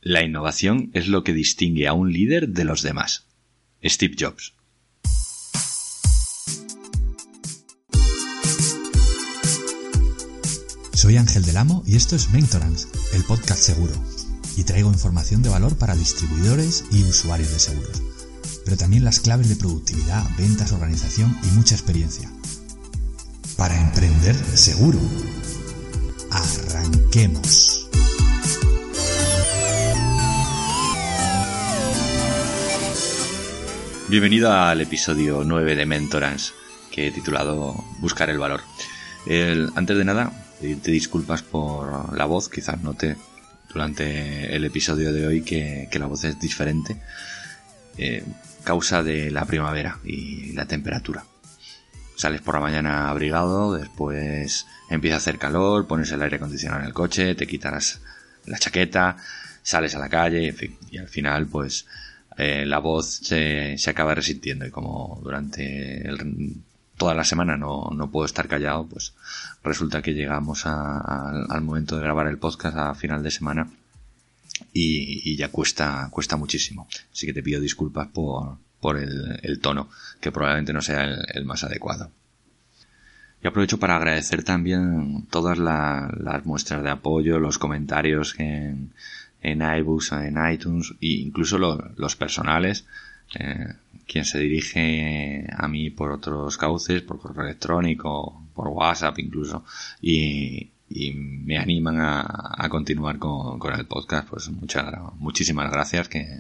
La innovación es lo que distingue a un líder de los demás. Steve Jobs. Soy Ángel del Amo y esto es Mentorance, el podcast seguro. Y traigo información de valor para distribuidores y usuarios de seguros. Pero también las claves de productividad, ventas, organización y mucha experiencia. Para emprender seguro. ¡Arranquemos! Bienvenido al episodio 9 de Mentorance, que he titulado Buscar el valor. Antes de nada, pedirte disculpas por la voz. Quizás note durante el episodio de hoy que la voz es diferente, causa de la primavera y la temperatura. Sales por la mañana abrigado, después empieza a hacer calor, pones el aire acondicionado en el coche, te quitas la chaqueta, sales a la calle, en fin, y al final pues la voz se acaba resintiendo, y como durante toda la semana no puedo estar callado, pues resulta que llegamos al momento de grabar el podcast a final de semana y ya cuesta muchísimo. Así que te pido disculpas por el tono, que probablemente no sea el más adecuado. Y aprovecho para agradecer también todas las muestras de apoyo, los comentarios en iBooks, en iTunes e incluso los personales, quien se dirige a mí por otros cauces, por correo electrónico, por WhatsApp incluso, y me animan a continuar con el podcast. Pues muchísimas gracias, que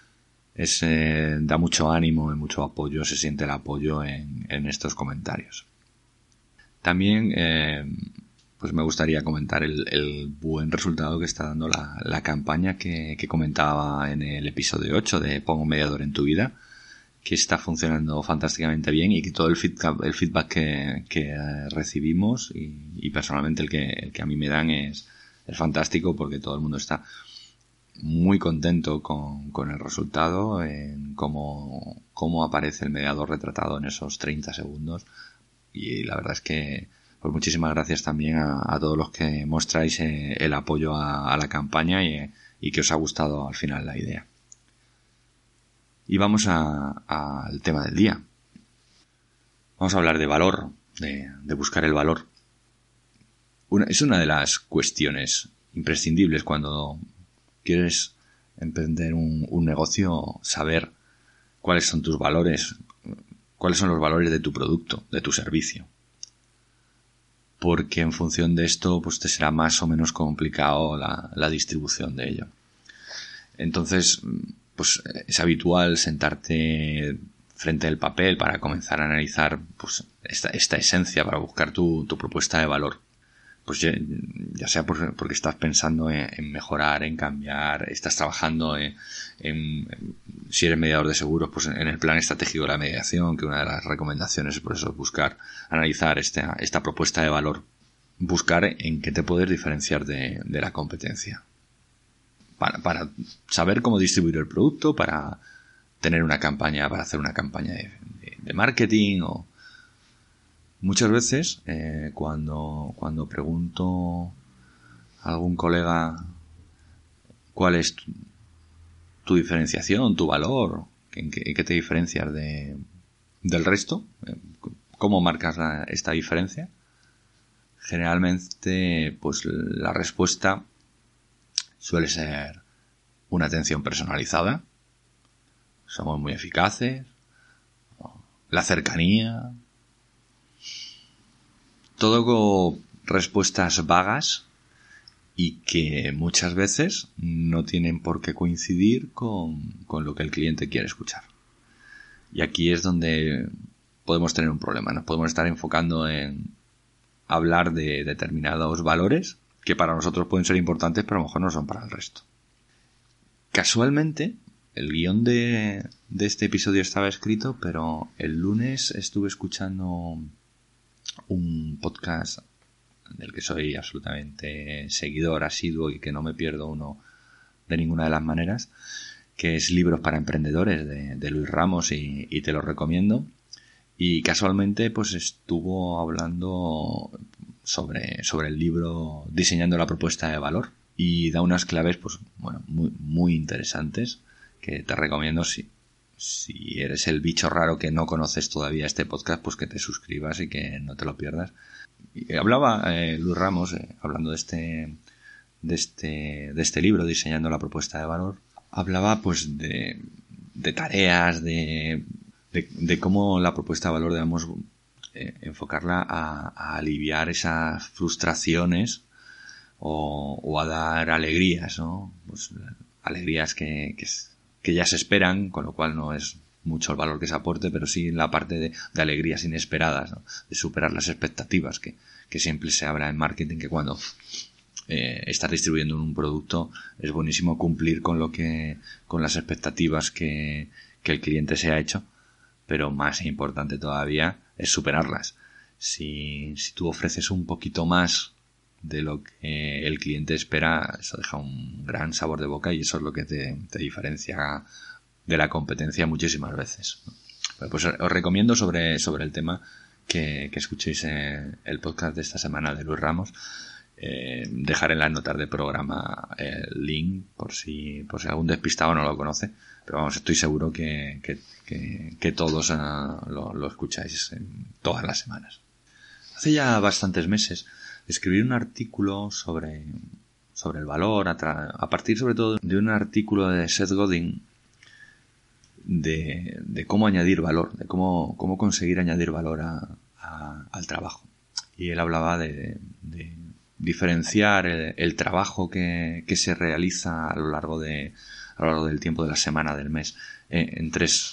da mucho ánimo y mucho apoyo, se siente el apoyo en estos comentarios. También pues me gustaría comentar el buen resultado que está dando la campaña que comentaba en el episodio 8 de Pon un mediador en tu vida, que está funcionando fantásticamente bien, y que todo el feedback que recibimos y personalmente el que a mí me dan es fantástico, porque todo el mundo está muy contento con el resultado, en cómo aparece el mediador retratado en esos 30 segundos. Y la verdad es que pues muchísimas gracias también a todos los que mostráis el apoyo a la campaña y que os ha gustado al final la idea. Y vamos al tema del día. Vamos a hablar de valor, de buscar el valor. Es una de las cuestiones imprescindibles cuando quieres emprender un negocio, saber cuáles son tus valores, cuáles son los valores de tu producto, de tu servicio. Porque en función de esto pues te será más o menos complicado la distribución de ello. Entonces, pues es habitual sentarte frente al papel para comenzar a analizar pues esta esencia, para buscar tu propuesta de valor. Pues ya sea porque estás pensando en mejorar, en cambiar, estás trabajando si eres mediador de seguros, pues en el plan estratégico de la mediación, que una de las recomendaciones es por eso buscar, analizar esta propuesta de valor, buscar en qué te puedes diferenciar de la competencia, para saber cómo distribuir el producto, para tener una campaña, para hacer una campaña de marketing. O muchas veces cuando pregunto a algún colega cuál es tu diferenciación, tu valor, en qué te diferencias del resto, cómo marcas esta diferencia, generalmente pues la respuesta suele ser una atención personalizada, somos muy eficaces, la cercanía, todo con respuestas vagas y que muchas veces no tienen por qué coincidir con lo que el cliente quiere escuchar. Y aquí es donde podemos tener un problema. Nos podemos estar enfocando en hablar de determinados valores que para nosotros pueden ser importantes, pero a lo mejor no son para el resto. Casualmente, el guión de este episodio estaba escrito, pero el lunes estuve escuchando un podcast del que soy absolutamente seguidor, asiduo, y que no me pierdo uno de ninguna de las maneras, que es Libros para Emprendedores de Luis Ramos, y te lo recomiendo. Y casualmente pues estuvo hablando sobre el libro Diseñando la propuesta de valor, y da unas claves, pues bueno, muy, muy interesantes que te recomiendo si eres el bicho raro que no conoces todavía este podcast, pues que te suscribas y que no te lo pierdas. Y hablaba Luis Ramos, hablando de este libro, Diseñando la propuesta de valor, hablaba pues de tareas, de cómo la propuesta de valor debemos enfocarla a aliviar esas frustraciones o a dar alegrías, ¿no? Pues alegrías que ya se esperan, con lo cual no es mucho el valor que se aporte, pero sí la parte de alegrías inesperadas, ¿no? De superar las expectativas, que siempre se habla en marketing, que cuando estás distribuyendo un producto es buenísimo cumplir con las expectativas que el cliente se ha hecho, pero más importante todavía es superarlas. Si tú ofreces un poquito más de lo que el cliente espera, eso deja un gran sabor de boca y eso es lo que te diferencia de la competencia muchísimas veces. Pues os recomiendo sobre el tema que escuchéis el podcast de esta semana de Luis Ramos. Dejaré en las notas del programa el link por si algún despistado no lo conoce, pero vamos, estoy seguro que todos lo escucháis todas las semanas. Hace ya bastantes meses escribí un artículo sobre el valor a partir sobre todo de un artículo de Seth Godin de cómo añadir valor, de cómo conseguir añadir valor al trabajo. Y él hablaba de diferenciar el trabajo que se realiza a lo largo del tiempo de la semana, del mes, en tres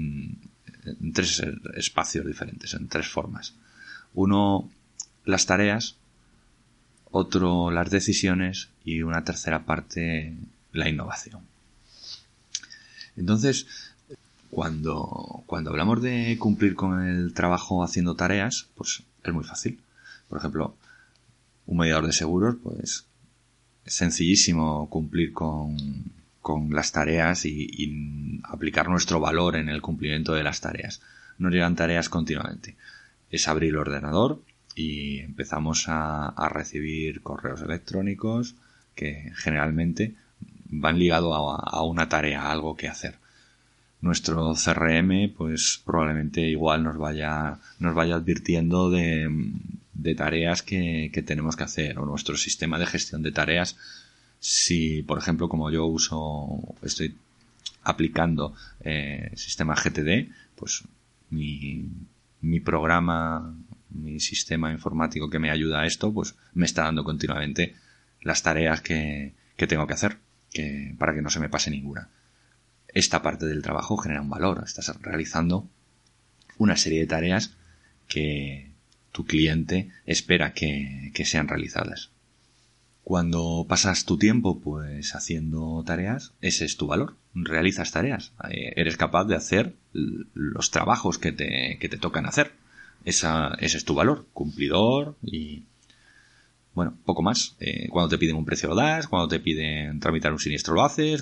espacios diferentes, en tres formas. Uno, las tareas; otro, las decisiones; y una tercera parte, la innovación. Entonces, cuando hablamos de cumplir con el trabajo haciendo tareas, pues es muy fácil. Por ejemplo, un mediador de seguros, pues es sencillísimo cumplir con las tareas y aplicar nuestro valor en el cumplimiento de las tareas. Nos llegan tareas continuamente. Es abrir el ordenador y empezamos a recibir correos electrónicos que generalmente van ligados a una tarea, a algo que hacer. Nuestro CRM, pues probablemente igual nos vaya advirtiendo de tareas que tenemos que hacer, o nuestro sistema de gestión de tareas. Si, por ejemplo, como yo estoy aplicando sistema GTD, pues mi programa, mi sistema informático que me ayuda a esto, pues me está dando continuamente las tareas que tengo que hacer, para que no se me pase ninguna. Esta parte del trabajo genera un valor. Estás realizando una serie de tareas que tu cliente espera que sean realizadas. Cuando pasas tu tiempo pues haciendo tareas, ese es tu valor. Realizas tareas. Eres capaz de hacer los trabajos que te tocan hacer. Ese es tu valor. Cumplidor y bueno, poco más. Cuando te piden un precio lo das, cuando te piden tramitar un siniestro lo haces,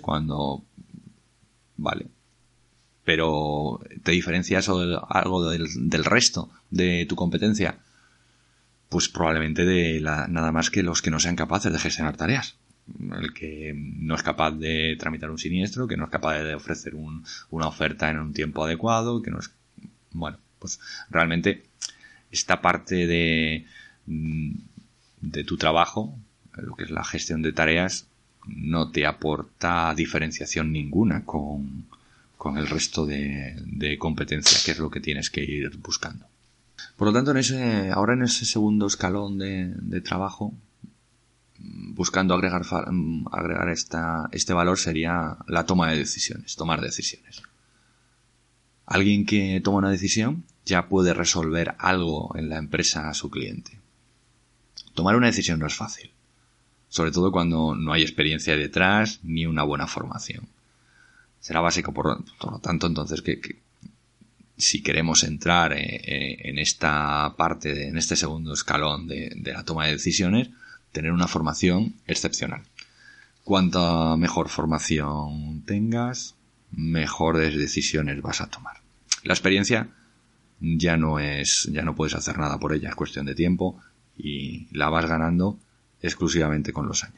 Vale. Pero ¿te diferencias algo del resto de tu competencia? Pues probablemente nada más que los que no sean capaces de gestionar tareas. El que no es capaz de tramitar un siniestro, que no es capaz de ofrecer una oferta en un tiempo adecuado, que no es... Bueno, pues realmente esta parte de tu trabajo, lo que es la gestión de tareas, no te aporta diferenciación ninguna con el resto de competencia, que es lo que tienes que ir buscando. Por lo tanto, ahora en ese segundo escalón de trabajo, buscando agregar este valor, sería la toma de decisiones, tomar decisiones. Alguien que toma una decisión ya puede resolver algo en la empresa a su cliente. Tomar una decisión no es fácil, sobre todo cuando no hay experiencia detrás ni una buena formación. Será básico, por lo tanto, entonces, que si queremos entrar en esta parte, en este segundo escalón de la toma de decisiones, tener una formación excepcional. Cuanta mejor formación tengas, mejores decisiones vas a tomar. La experiencia ya no puedes hacer nada por ella, es cuestión de tiempo y la vas ganando exclusivamente con los años.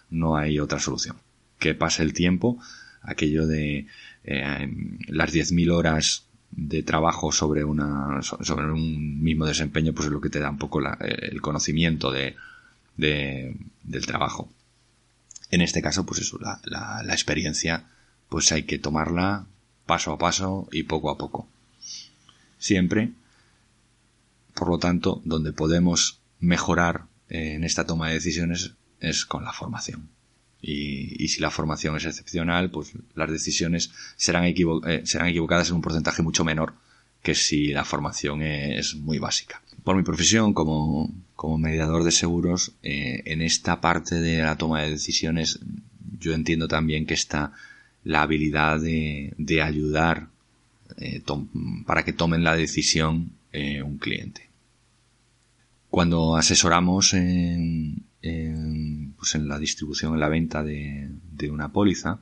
no hay otra solución. Que pase el tiempo, aquello de las 10.000 horas de trabajo sobre un mismo desempeño, pues es lo que te da un poco el conocimiento del trabajo. En este caso, pues eso, la experiencia, pues hay que tomarla paso a paso y poco a poco. Siempre, por lo tanto, donde podemos mejorar en esta toma de decisiones es con la formación. Y si la formación es excepcional, pues las decisiones serán equivocadas en un porcentaje mucho menor que si la formación es muy básica. Por mi profesión como mediador de seguros, en esta parte de la toma de decisiones yo entiendo también que está la habilidad de ayudar para que tomen la decisión un cliente. Cuando asesoramos en la distribución, en la venta de una póliza,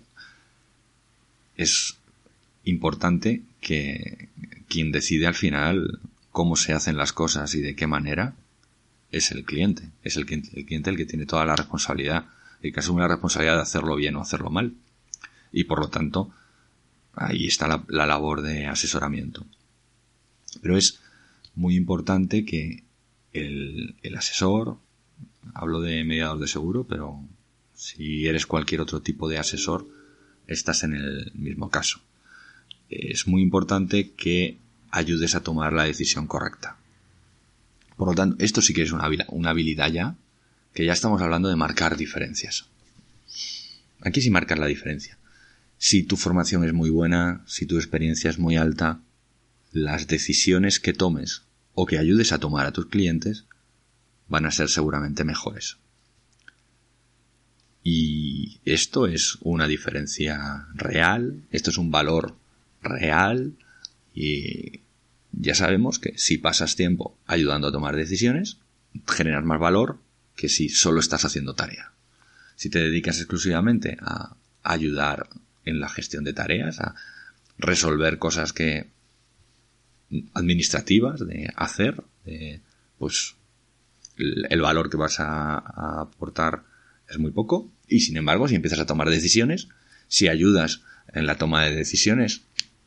es importante que quien decide al final cómo se hacen las cosas y de qué manera es el cliente. Es el cliente el que tiene toda la responsabilidad, el que asume la responsabilidad de hacerlo bien o hacerlo mal. Y por lo tanto, ahí está la labor de asesoramiento. Pero es muy importante que el asesor, hablo de mediador de seguro, pero si eres cualquier otro tipo de asesor, estás en el mismo caso. Es muy importante que ayudes a tomar la decisión correcta. Por lo tanto, esto sí que es una habilidad ya, que ya estamos hablando de marcar diferencias. Aquí sí marcas la diferencia. Si tu formación es muy buena, si tu experiencia es muy alta, las decisiones que tomes o que ayudes a tomar a tus clientes van a ser seguramente mejores. Y esto es una diferencia real, esto es un valor real y ya sabemos que si pasas tiempo ayudando a tomar decisiones, generas más valor que si solo estás haciendo tarea. Si te dedicas exclusivamente a ayudar en la gestión de tareas, a resolver cosas administrativas de hacer, pues el valor que vas a aportar es muy poco. Y sin embargo, si empiezas a tomar decisiones, si ayudas en la toma de decisiones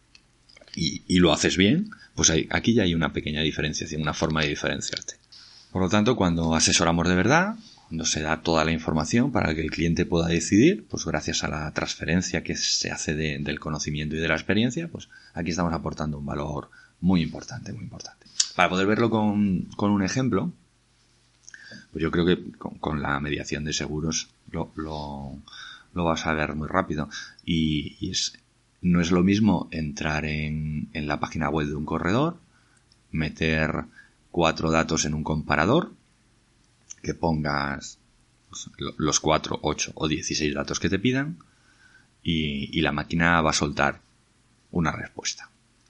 y lo haces bien, pues aquí ya hay una pequeña diferenciación, una forma de diferenciarte. Por lo tanto, cuando asesoramos de verdad, cuando se da toda la información para que el cliente pueda decidir, pues gracias a la transferencia que se hace del conocimiento y de la experiencia, pues aquí estamos aportando un valor muy importante, muy importante. Para poder verlo con un ejemplo, pues yo creo que con la mediación de seguros lo vas a ver muy rápido. Y no es lo mismo entrar en la página web de un corredor, meter 4 datos en un comparador, que pongas los 4, 8 o 16 datos que te pidan y la máquina va a soltar una respuesta.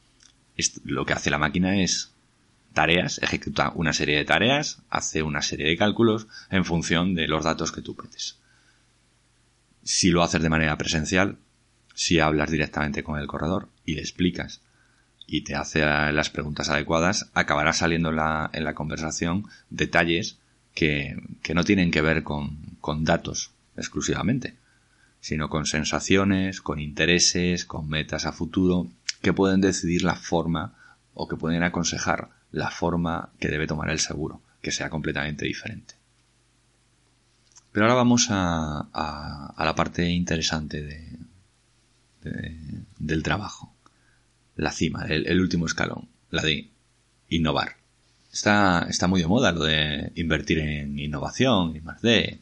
Lo que hace la máquina es tareas, ejecuta una serie de tareas, hace una serie de cálculos en función de los datos que tú metes. Si lo haces de manera presencial, si hablas directamente con el corredor y le explicas y te hace las preguntas adecuadas, acabará saliendo en la conversación detalles que no tienen que ver con datos exclusivamente, sino con sensaciones, con intereses, con metas a futuro, que pueden decidir la forma o que pueden aconsejar la forma que debe tomar el seguro, que sea completamente diferente. Pero ahora vamos a la parte interesante del trabajo, la cima, el último escalón, la de innovar. Está muy de moda lo de invertir en innovación y más de.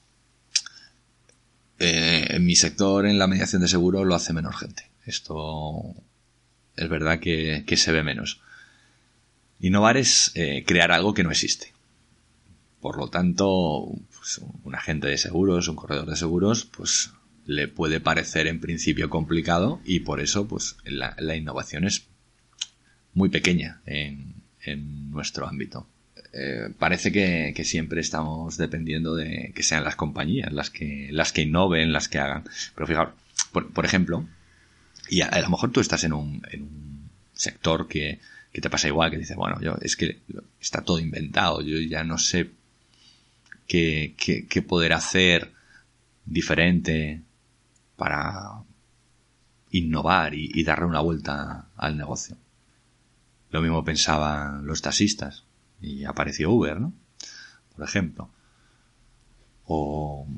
En mi sector, en la mediación de seguro, lo hace menos gente. Esto es verdad que se ve menos. Innovar es crear algo que no existe. Por lo tanto, pues, un agente de seguros, un corredor de seguros, pues le puede parecer en principio complicado y por eso pues la innovación es muy pequeña en nuestro ámbito. Parece que siempre estamos dependiendo de que sean las compañías las que innoven, las que hagan. Pero fijaos, por ejemplo, y a lo mejor tú estás en un sector que te pasa igual, que dices, bueno, es que está todo inventado, yo ya no sé qué poder hacer diferente para innovar y darle una vuelta al negocio. Lo mismo pensaban los taxistas y apareció Uber, ¿no? Por ejemplo. O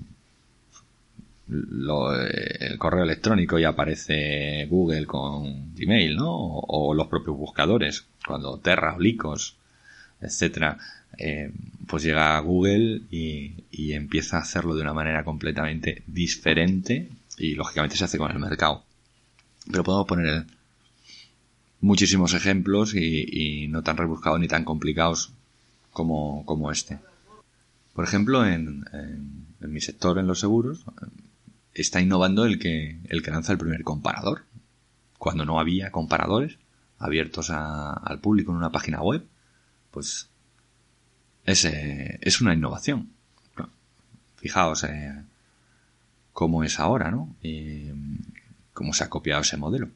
el correo electrónico y aparece Google con Gmail, ¿no? O los propios buscadores, cuando Terra o Lycos, etcétera, pues llega Google y empieza a hacerlo de una manera completamente diferente y lógicamente se hace con el mercado. Pero podemos poner muchísimos ejemplos y no tan rebuscados ni tan complicados como este. Por ejemplo, en mi sector, en los seguros, está innovando el que lanza el primer comparador. Cuando no había comparadores abiertos al público en una página web, pues es una innovación. Fijaos cómo es ahora, ¿no? Y cómo se ha copiado ese modelo.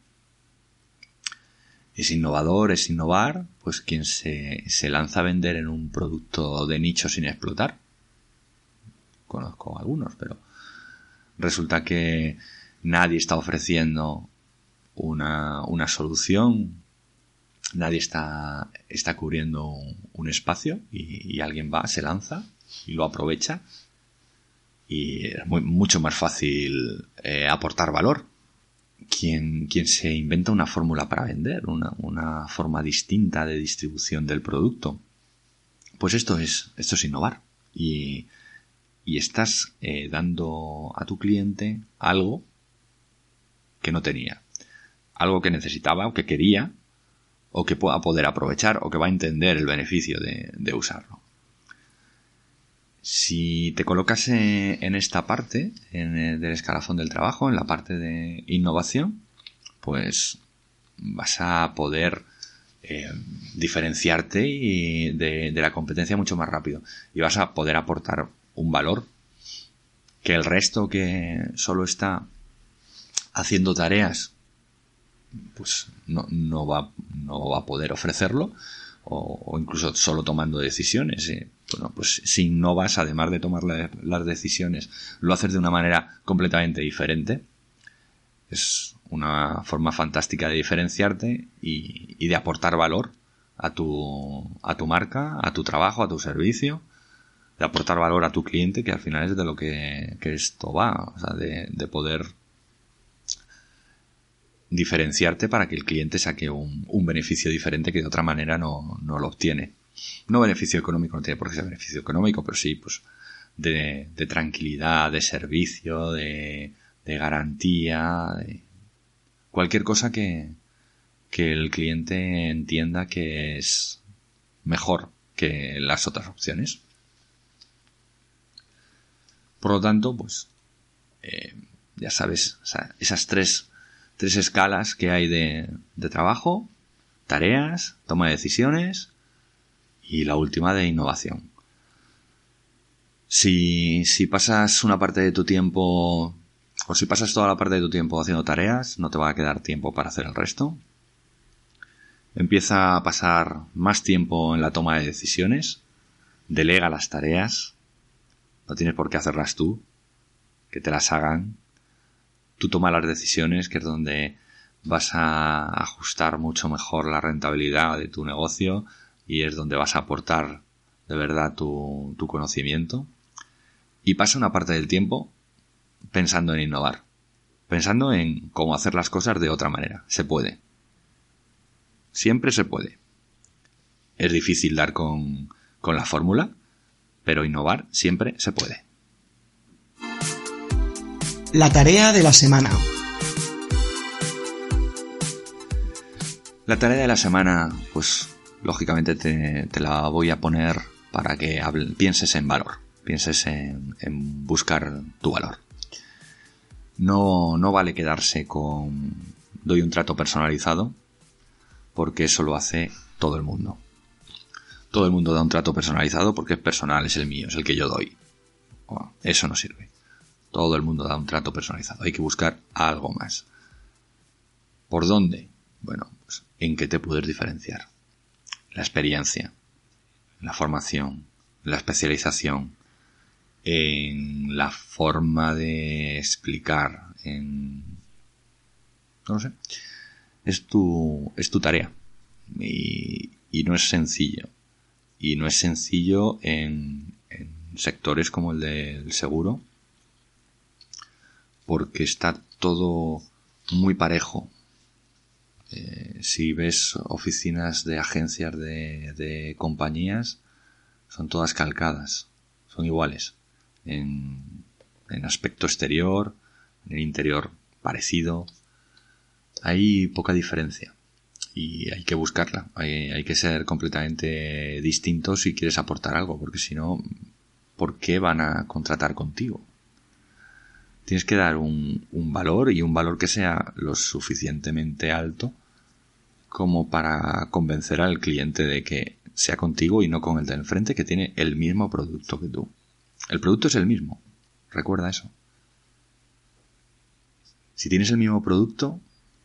Es innovador, es innovar, pues quien se lanza a vender en un producto de nicho sin explotar. Conozco algunos, pero resulta que nadie está ofreciendo una solución, nadie está cubriendo un espacio y alguien va, se lanza y lo aprovecha y es mucho más fácil aportar valor. Quien se inventa una fórmula para vender, una forma distinta de distribución del producto, pues esto es innovar y estás dando a tu cliente algo que no tenía, algo que necesitaba o que quería o que pueda poder aprovechar o que va a entender el beneficio de usarlo. Si te colocas en esta parte del escalafón del trabajo, en la parte de innovación, pues vas a poder diferenciarte de la competencia mucho más rápido y vas a poder aportar un valor que el resto que solo está haciendo tareas pues no va a poder ofrecerlo o incluso solo tomando decisiones. Bueno, pues si innovas, además de tomar las decisiones, lo haces de una manera completamente diferente. Es una forma fantástica de diferenciarte y de aportar valor a tu marca, a tu trabajo, a tu servicio, de aportar valor a tu cliente, que al final es de lo que esto va, o sea, de poder diferenciarte para que el cliente saque un beneficio diferente que de otra manera no lo obtiene. No beneficio económico, no tiene por qué ser beneficio económico, pero sí pues de tranquilidad, de servicio, de garantía, de cualquier cosa que el cliente entienda que es mejor que las otras opciones. Por lo tanto, pues ya sabes, o sea, esas tres escalas que hay de trabajo, tareas, toma de decisiones y la última de innovación. Si pasas una parte de tu tiempo o si pasas toda la parte de tu tiempo haciendo tareas, no te va a quedar tiempo para hacer el resto. Empieza a pasar más tiempo en la toma de decisiones, delega las tareas, no tienes por qué hacerlas tú, que te las hagan. Tú tomas las decisiones, que es donde vas a ajustar mucho mejor la rentabilidad de tu negocio y es donde vas a aportar de verdad tu conocimiento. Y pasa una parte del tiempo pensando en innovar, pensando en cómo hacer las cosas de otra manera. Se puede. Siempre se puede. Es difícil dar con la fórmula, pero innovar siempre se puede. La tarea de la semana. La tarea de la semana, pues lógicamente te la voy a poner para que pienses en valor, pienses en buscar tu valor. No vale quedarse con doy un trato personalizado, porque eso lo hace todo el mundo. Todo el mundo da un trato personalizado porque es personal, es el mío, es el que yo doy. Bueno, eso no sirve. Todo el mundo da un trato personalizado. Hay que buscar algo más. ¿Por dónde? Bueno, pues en qué te puedes diferenciar. La experiencia, la formación, la especialización, en la forma de explicar, no lo sé, es tu tarea y no es sencillo. Y no es sencillo en sectores como el del seguro, porque está todo muy parejo. Si ves oficinas de agencias de compañías, son todas calcadas, son iguales. En aspecto exterior, en el interior parecido. Hay poca diferencia y hay que buscarla. Hay que ser completamente distinto si quieres aportar algo, porque si no, ¿por qué van a contratar contigo? Tienes que dar un valor, y un valor que sea lo suficientemente alto como para convencer al cliente de que sea contigo y no con el de enfrente, que tiene el mismo producto que tú. El producto es el mismo, recuerda eso. Si tienes el mismo producto,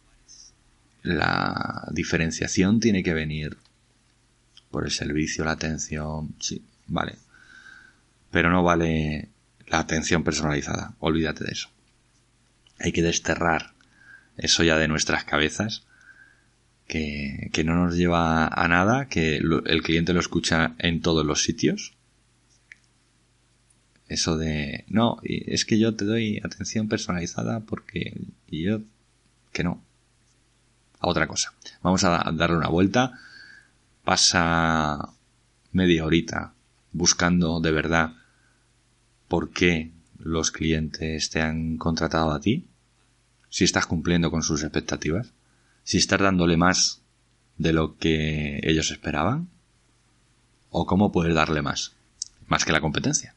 la diferenciación tiene que venir por el servicio, la atención, sí, vale. Pero no vale la atención personalizada, olvídate de eso. Hay que desterrar eso ya de nuestras cabezas, que no nos lleva a nada, que el cliente lo escucha en todos los sitios. Eso de, no, es que yo te doy atención personalizada porque yo, que no. A otra cosa. Vamos a darle una vuelta. Pasa media horita buscando de verdad por qué los clientes te han contratado a ti. Si estás cumpliendo con sus expectativas. Si estás dándole más de lo que ellos esperaban. O cómo puedes darle más. Más que la competencia.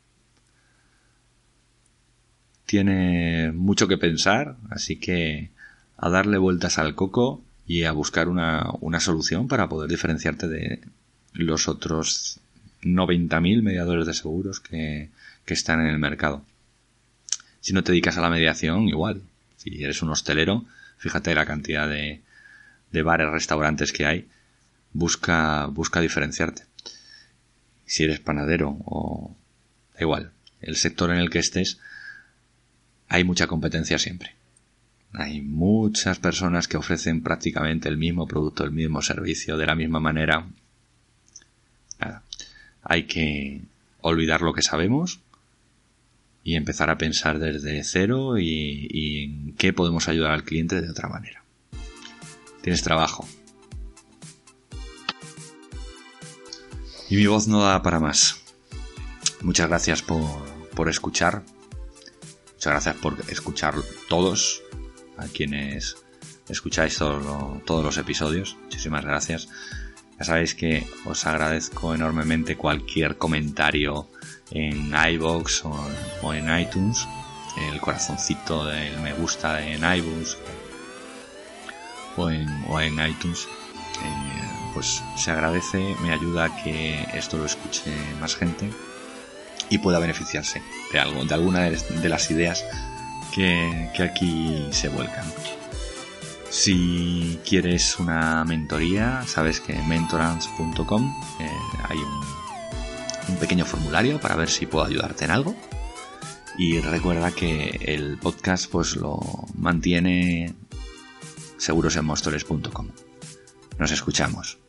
Tiene mucho que pensar, así que a darle vueltas al coco y a buscar una solución para poder diferenciarte de los otros 90.000 mediadores de seguros que están en el mercado. Si no te dedicas a la mediación, igual. Si eres un hostelero, fíjate la cantidad de bares, restaurantes que hay. Busca diferenciarte. Si eres panadero o da igual, el sector en el que estés, hay mucha competencia siempre. Hay muchas personas que ofrecen prácticamente el mismo producto, el mismo servicio, de la misma manera. Nada. Hay que olvidar lo que sabemos y empezar a pensar desde cero y en qué podemos ayudar al cliente de otra manera. Tienes trabajo. Y mi voz no da para más. Muchas gracias por escuchar. Muchas gracias por escuchar todos, a quienes escucháis todos los episodios. Muchísimas gracias. Ya sabéis que os agradezco enormemente cualquier comentario en iVoox o en iTunes. El corazoncito del me gusta en iVoox o en iTunes. Pues se agradece, me ayuda a que esto lo escuche más gente y pueda beneficiarse de alguna de las ideas que aquí se vuelcan. Si quieres una mentoría, sabes que en mentorance.com hay un pequeño formulario para ver si puedo ayudarte en algo. Y recuerda que el podcast pues lo mantiene segurosenmostores.com. Nos escuchamos.